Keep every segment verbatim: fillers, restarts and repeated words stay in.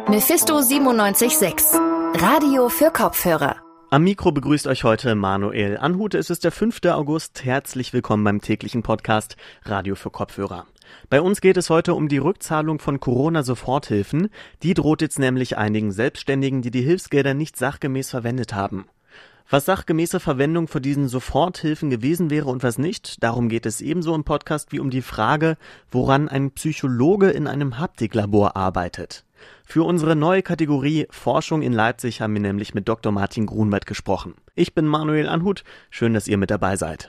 Mephisto siebenundneunzig Komma sechs. Radio für Kopfhörer. Am Mikro begrüßt euch heute Manuel Anhute. Es ist der fünfte August. Herzlich willkommen beim täglichen Podcast Radio für Kopfhörer. Bei uns geht es heute um die Rückzahlung von Corona-Soforthilfen. Die droht jetzt nämlich einigen Selbstständigen, die die Hilfsgelder nicht sachgemäß verwendet haben. Was sachgemäße Verwendung von diesen Soforthilfen gewesen wäre und was nicht, darum geht es ebenso im Podcast wie um die Frage, woran ein Psychologe in einem Haptiklabor arbeitet. Für unsere neue Kategorie Forschung in Leipzig haben wir nämlich mit Doktor Martin Grunwald gesprochen. Ich bin Manuel Anhut, schön, dass ihr mit dabei seid.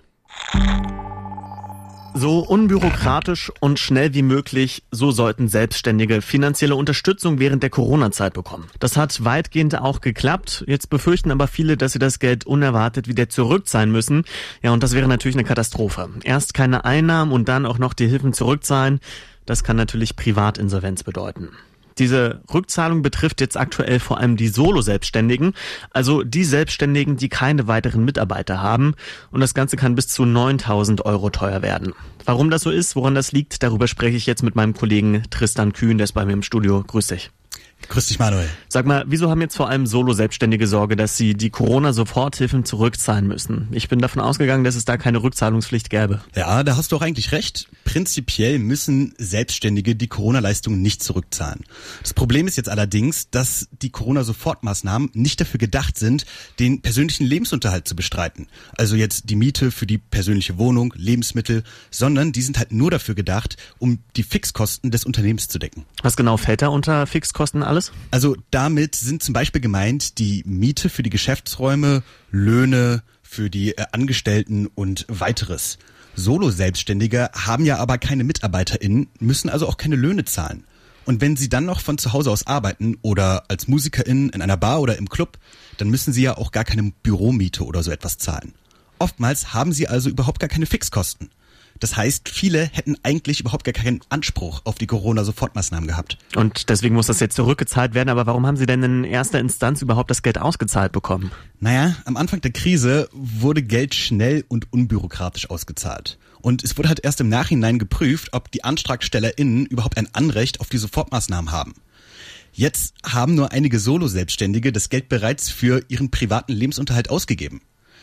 So unbürokratisch und schnell wie möglich, so sollten Selbstständige finanzielle Unterstützung während der Corona-Zeit bekommen. Das hat weitgehend auch geklappt. Jetzt befürchten aber viele, dass sie das Geld unerwartet wieder zurückzahlen müssen. Ja, und das wäre natürlich eine Katastrophe. Erst keine Einnahmen und dann auch noch die Hilfen zurückzahlen. Das kann natürlich Privatinsolvenz bedeuten. Diese Rückzahlung betrifft jetzt aktuell vor allem die Solo-Selbstständigen, also die Selbstständigen, die keine weiteren Mitarbeiter haben. Und das Ganze kann bis zu neuntausend Euro teuer werden. Warum das so ist, woran das liegt, darüber spreche ich jetzt mit meinem Kollegen Tristan Kühn, der ist bei mir im Studio. Grüß dich. Grüß dich, Manuel. Sag mal, wieso haben jetzt vor allem Solo-Selbstständige Sorge, dass sie die Corona-Soforthilfen zurückzahlen müssen? Ich bin davon ausgegangen, dass es da keine Rückzahlungspflicht gäbe. Ja, da hast du auch eigentlich recht. Prinzipiell müssen Selbstständige die Corona-Leistungen nicht zurückzahlen. Das Problem ist jetzt allerdings, dass die Corona-Sofortmaßnahmen nicht dafür gedacht sind, den persönlichen Lebensunterhalt zu bestreiten. Also jetzt die Miete für die persönliche Wohnung, Lebensmittel, sondern die sind halt nur dafür gedacht, um die Fixkosten des Unternehmens zu decken. Was genau fällt da unter Fixkosten alles? Also damit sind zum Beispiel gemeint die Miete für die Geschäftsräume, Löhne für die äh, Angestellten und weiteres. Solo-Selbstständige haben ja aber keine MitarbeiterInnen, müssen also auch keine Löhne zahlen. Und wenn sie dann noch von zu Hause aus arbeiten oder als MusikerInnen in einer Bar oder im Club, dann müssen sie ja auch gar keine Büromiete oder so etwas zahlen. Oftmals haben sie also überhaupt gar keine Fixkosten. Das heißt, viele hätten eigentlich überhaupt gar keinen Anspruch auf die Corona-Sofortmaßnahmen gehabt. Und deswegen muss das jetzt zurückgezahlt werden. Aber warum haben Sie denn in erster Instanz überhaupt das Geld ausgezahlt bekommen? Naja, am Anfang der Krise wurde Geld schnell und unbürokratisch ausgezahlt. Und es wurde halt erst im Nachhinein geprüft, ob die AntragstellerInnen überhaupt ein Anrecht auf die Sofortmaßnahmen haben. Jetzt haben nur einige Solo-Selbstständige das Geld bereits für ihren privaten Lebensunterhalt ausgegeben.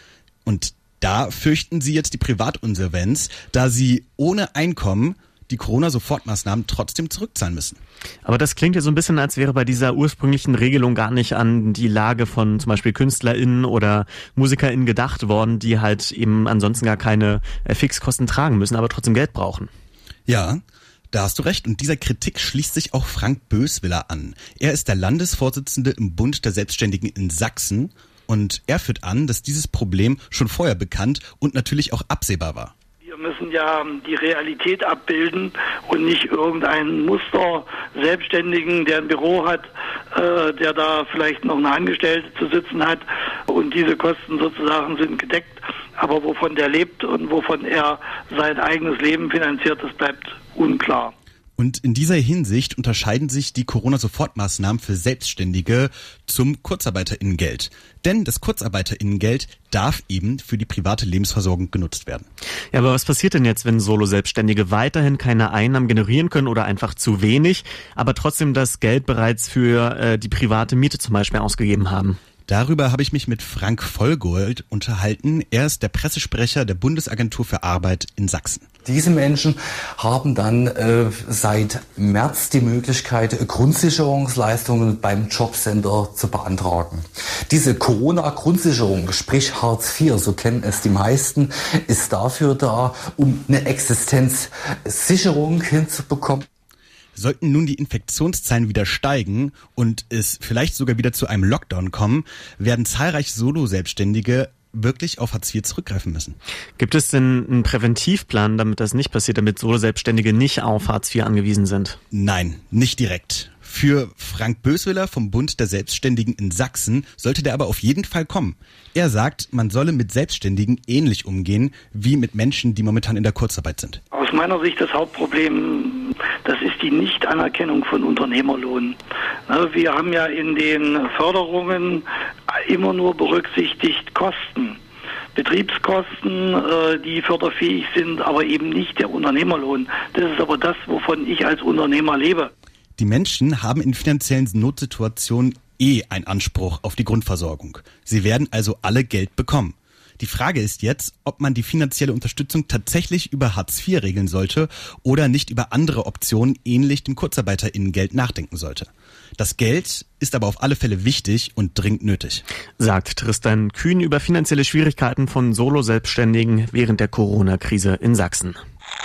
Und da fürchten sie jetzt die Privatinsolvenz, da sie ohne Einkommen die Corona-Sofortmaßnahmen trotzdem zurückzahlen müssen. Aber das klingt ja so ein bisschen, als wäre bei dieser ursprünglichen Regelung gar nicht an die Lage von zum Beispiel KünstlerInnen oder MusikerInnen gedacht worden, die halt eben ansonsten gar keine Fixkosten tragen müssen, aber trotzdem Geld brauchen. Ja, da hast du recht. Und dieser Kritik schließt sich auch Frank Böswiller an. Er ist der Landesvorsitzende im Bund der Selbstständigen in Sachsen. Und er führt an, dass dieses Problem schon vorher bekannt und natürlich auch absehbar war. Wir müssen ja die Realität abbilden und nicht irgendeinen Muster Selbstständigen, der ein Büro hat, äh, der da vielleicht noch eine Angestellte zu sitzen hat und diese Kosten sozusagen sind gedeckt. Aber wovon der lebt und wovon er sein eigenes Leben finanziert, das bleibt unklar. Und in dieser Hinsicht unterscheiden sich die Corona-Sofortmaßnahmen für Selbstständige zum KurzarbeiterInnengeld. Denn das KurzarbeiterInnengeld darf eben für die private Lebensversorgung genutzt werden. Ja, aber was passiert denn jetzt, wenn Solo-Selbstständige weiterhin keine Einnahmen generieren können oder einfach zu wenig, aber trotzdem das Geld bereits für äh, die private Miete zum Beispiel ausgegeben haben? Darüber habe ich mich mit Frank Vollgold unterhalten. Er ist der Pressesprecher der Bundesagentur für Arbeit in Sachsen. Diese Menschen haben dann äh, seit März die Möglichkeit, Grundsicherungsleistungen beim Jobcenter zu beantragen. Diese Corona-Grundsicherung, sprich Hartz vier, so kennen es die meisten, ist dafür da, um eine Existenzsicherung hinzubekommen. Sollten nun die Infektionszahlen wieder steigen und es vielleicht sogar wieder zu einem Lockdown kommen, werden zahlreiche Solo-Selbstständige wirklich auf Hartz vier zurückgreifen müssen. Gibt es denn einen Präventivplan, damit das nicht passiert, damit Solo-Selbstständige nicht auf Hartz vier angewiesen sind? Nein, nicht direkt. Für Frank Böswiller vom Bund der Selbstständigen in Sachsen sollte der aber auf jeden Fall kommen. Er sagt, man solle mit Selbstständigen ähnlich umgehen wie mit Menschen, die momentan in der Kurzarbeit sind. Aus meiner Sicht das Hauptproblem, das ist die Nichtanerkennung von Unternehmerlohn. Wir haben ja in den Förderungen immer nur berücksichtigt Kosten. Betriebskosten, die förderfähig sind, aber eben nicht der Unternehmerlohn. Das ist aber das, wovon ich als Unternehmer lebe. Die Menschen haben in finanziellen Notsituationen eh einen Anspruch auf die Grundversorgung. Sie werden also alle Geld bekommen. Die Frage ist jetzt, ob man die finanzielle Unterstützung tatsächlich über Hartz vier regeln sollte oder nicht über andere Optionen ähnlich dem KurzarbeiterInnengeld nachdenken sollte. Das Geld ist aber auf alle Fälle wichtig und dringend nötig. Sagt Tristan Kühn über finanzielle Schwierigkeiten von Solo-Selbstständigen während der Corona-Krise in Sachsen.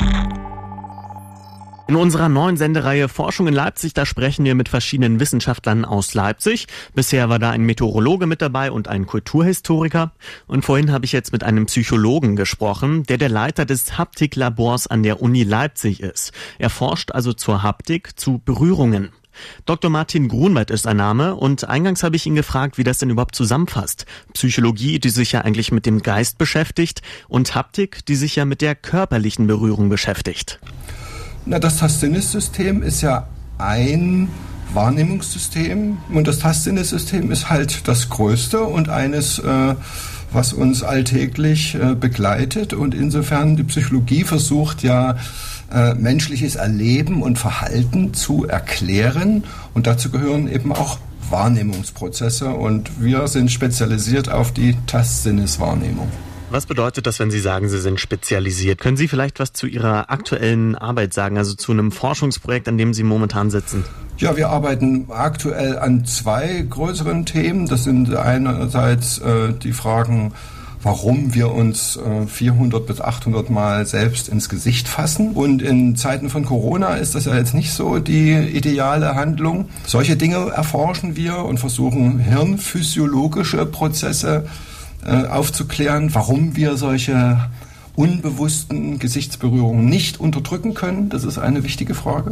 In unserer neuen Sendereihe Forschung in Leipzig, da sprechen wir mit verschiedenen Wissenschaftlern aus Leipzig. Bisher war da ein Meteorologe mit dabei und ein Kulturhistoriker. Und vorhin habe ich jetzt mit einem Psychologen gesprochen, der der Leiter des Haptiklabors an der Uni Leipzig ist. Er forscht also zur Haptik, zu Berührungen. Doktor Martin Grunwald ist sein Name und eingangs habe ich ihn gefragt, wie das denn überhaupt zusammenfasst. Psychologie, die sich ja eigentlich mit dem Geist beschäftigt, und Haptik, die sich ja mit der körperlichen Berührung beschäftigt. Na, das Tastsinnessystem ist ja ein Wahrnehmungssystem und das Tastsinnessystem ist halt das größte und eines, äh, was uns alltäglich äh, begleitet, und insofern die Psychologie versucht ja äh, menschliches Erleben und Verhalten zu erklären, und dazu gehören eben auch Wahrnehmungsprozesse, und wir sind spezialisiert auf die Tastsinneswahrnehmung. Was bedeutet das, wenn Sie sagen, Sie sind spezialisiert? Können Sie vielleicht was zu Ihrer aktuellen Arbeit sagen, also zu einem Forschungsprojekt, an dem Sie momentan sitzen? Ja, wir arbeiten aktuell an zwei größeren Themen. Das sind einerseits äh, die Fragen, warum wir uns äh, vierhundert bis achthundert Mal selbst ins Gesicht fassen. Und in Zeiten von Corona ist das ja jetzt nicht so die ideale Handlung. Solche Dinge erforschen wir und versuchen, hirnphysiologische Prozesse aufzuklären, warum wir solche unbewussten Gesichtsberührungen nicht unterdrücken können. Das ist eine wichtige Frage.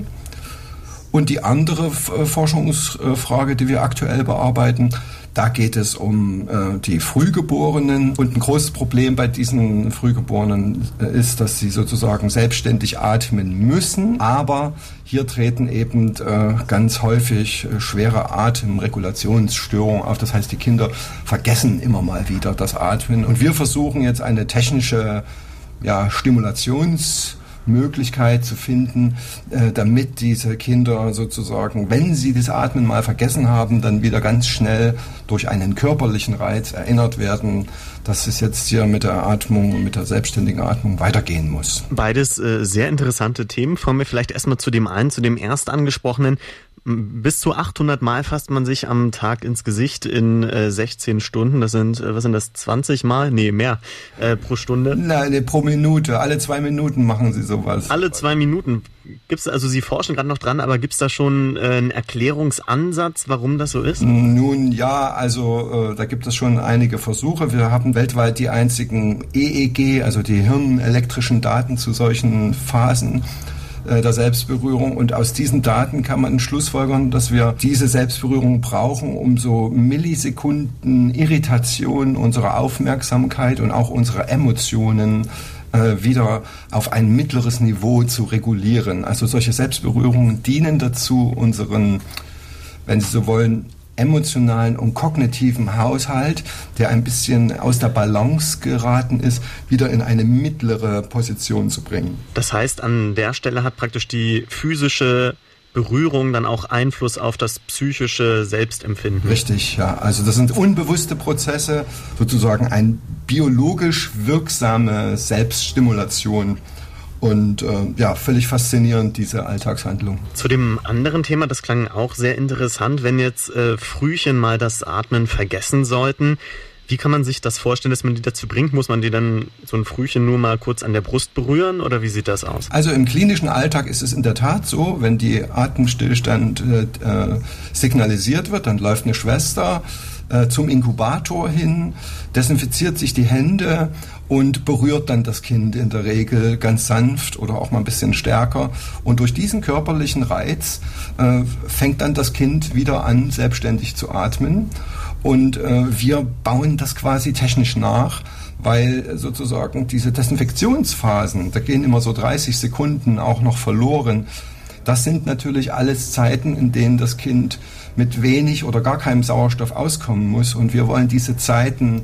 Und die andere Forschungsfrage, die wir aktuell bearbeiten, da geht es um äh, die Frühgeborenen. Und ein großes Problem bei diesen Frühgeborenen äh, ist, dass sie sozusagen selbstständig atmen müssen. Aber hier treten eben äh, ganz häufig äh, schwere Atemregulationsstörungen auf. Das heißt, die Kinder vergessen immer mal wieder das Atmen. Und wir versuchen jetzt eine technische ja, Stimulations- Möglichkeit zu finden, äh, damit diese Kinder sozusagen, wenn sie das Atmen mal vergessen haben, dann wieder ganz schnell durch einen körperlichen Reiz erinnert werden, dass es jetzt hier mit der Atmung, mit der selbstständigen Atmung weitergehen muss. Beides äh, sehr interessante Themen. Kommen wir vielleicht erstmal zu dem einen, zu dem erst angesprochenen. Bis zu achthundert Mal fasst man sich am Tag ins Gesicht in äh, sechzehn Stunden. Das sind, äh, was sind das, zwanzig Mal? Nee, mehr äh, pro Stunde. Nein, nee, pro Minute. Alle zwei Minuten machen Sie sowas. Alle zwei Minuten. Gibt's, also Sie forschen gerade noch dran, aber gibt's da schon äh, einen Erklärungsansatz, warum das so ist? Nun ja, also äh, da gibt es schon einige Versuche. Wir haben weltweit die einzigen E E G, also die hirnelektrischen Daten zu solchen Phasen der Selbstberührung, und aus diesen Daten kann man schlussfolgern, dass wir diese Selbstberührung brauchen, um so Millisekunden Irritation unserer Aufmerksamkeit und auch unserer Emotionen äh, wieder auf ein mittleres Niveau zu regulieren. Also solche Selbstberührungen dienen dazu, unseren, wenn Sie so wollen, emotionalen und kognitiven Haushalt, der ein bisschen aus der Balance geraten ist, wieder in eine mittlere Position zu bringen. Das heißt, an der Stelle hat praktisch die physische Berührung dann auch Einfluss auf das psychische Selbstempfinden. Richtig, ja. Also das sind unbewusste Prozesse, sozusagen eine biologisch wirksame Selbststimulation. Und äh, ja, völlig faszinierend, diese Alltagshandlung. Zu dem anderen Thema, das klang auch sehr interessant, wenn jetzt äh, Frühchen mal das Atmen vergessen sollten. Wie kann man sich das vorstellen, dass man die dazu bringt? Muss man die dann, so ein Frühchen, nur mal kurz an der Brust berühren, oder wie sieht das aus? Also im klinischen Alltag ist es in der Tat so, wenn die Atemstillstand äh, signalisiert wird, dann läuft eine Schwester äh, zum Inkubator hin, desinfiziert sich die Hände und berührt dann das Kind in der Regel ganz sanft oder auch mal ein bisschen stärker. Und durch diesen körperlichen Reiz äh, fängt dann das Kind wieder an, selbstständig zu atmen. Und äh, wir bauen das quasi technisch nach, weil sozusagen diese Desinfektionsphasen, da gehen immer so dreißig Sekunden auch noch verloren. Das sind natürlich alles Zeiten, in denen das Kind mit wenig oder gar keinem Sauerstoff auskommen muss. Und wir wollen diese Zeiten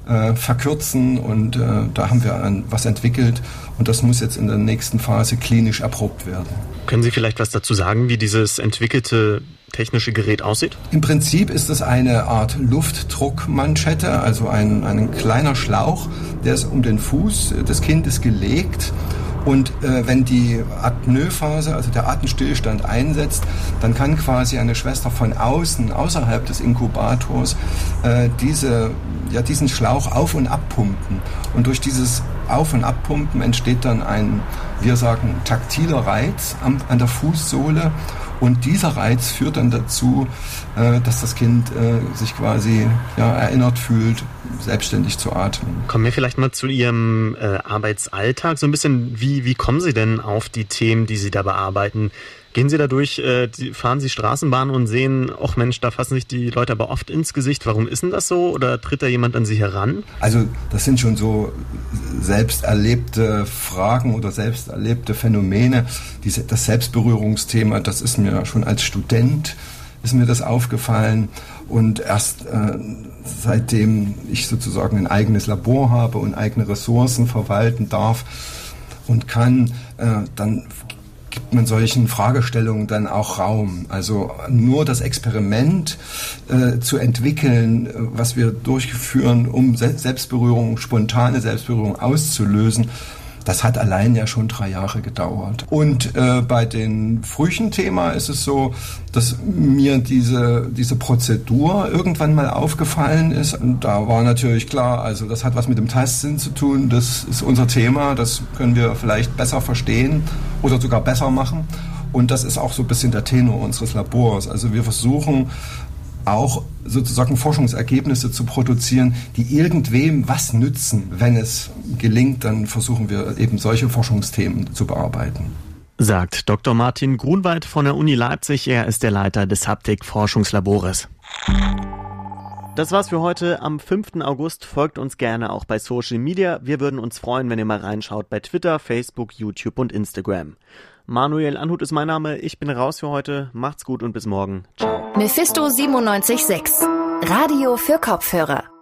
äh, verkürzen und äh, da haben wir ein, was entwickelt und das muss jetzt in der nächsten Phase klinisch erprobt werden. Können Sie vielleicht was dazu sagen, wie dieses entwickelte technische Gerät aussieht? Im Prinzip ist es eine Art Luftdruckmanschette, also ein, ein kleiner Schlauch, der ist um den Fuß des Kindes gelegt. Und äh, wenn die Apnoephase, also der Atemstillstand einsetzt, dann kann quasi eine Schwester von außen, außerhalb des Inkubators, äh, diese, ja, diesen Schlauch auf- und abpumpen. Und durch dieses Auf- und Abpumpen entsteht dann ein, wir sagen, taktiler Reiz am, an der Fußsohle. Und dieser Reiz führt dann dazu, äh, dass das Kind äh, sich quasi ja, erinnert fühlt, selbstständig zu atmen. Kommen wir vielleicht mal zu Ihrem äh, Arbeitsalltag. So ein bisschen, wie, wie kommen Sie denn auf die Themen, die Sie da bearbeiten? Gehen Sie da durch, äh, die, fahren Sie Straßenbahn und sehen, ach Mensch, da fassen sich die Leute aber oft ins Gesicht. Warum ist denn das so? Oder tritt da jemand an Sie heran? Also das sind schon so selbst erlebte Fragen oder selbst erlebte Phänomene. Diese, das Selbstberührungsthema, das ist mir schon als Student, ist mir das aufgefallen. Und erst äh, seitdem ich sozusagen ein eigenes Labor habe und eigene Ressourcen verwalten darf und kann, äh, dann gibt man solchen Fragestellungen dann auch Raum. Also nur das Experiment äh, zu entwickeln, was wir durchführen, um Se- Selbstberührung, spontane Selbstberührung auszulösen, das hat allein ja schon drei Jahre gedauert. Und äh, bei den Frühchen-Thema ist es so, dass mir diese, diese Prozedur irgendwann mal aufgefallen ist. Und da war natürlich klar, also das hat was mit dem Tastsinn zu tun, das ist unser Thema, das können wir vielleicht besser verstehen oder sogar besser machen. Und das ist auch so ein bisschen der Tenor unseres Labors. Also wir versuchen auch sozusagen Forschungsergebnisse zu produzieren, die irgendwem was nützen. Wenn es gelingt, dann versuchen wir eben solche Forschungsthemen zu bearbeiten. Sagt Doktor Martin Grunwald von der Uni Leipzig. Er ist der Leiter des Haptik-Forschungslabores. Das war's für heute. Am fünften August folgt uns gerne auch bei Social Media. Wir würden uns freuen, wenn ihr mal reinschaut bei Twitter, Facebook, YouTube und Instagram. Manuel Anhut ist mein Name. Ich bin raus für heute. Macht's gut und bis morgen. Ciao. Mephisto siebenundneunzig Komma sechs. Radio für Kopfhörer.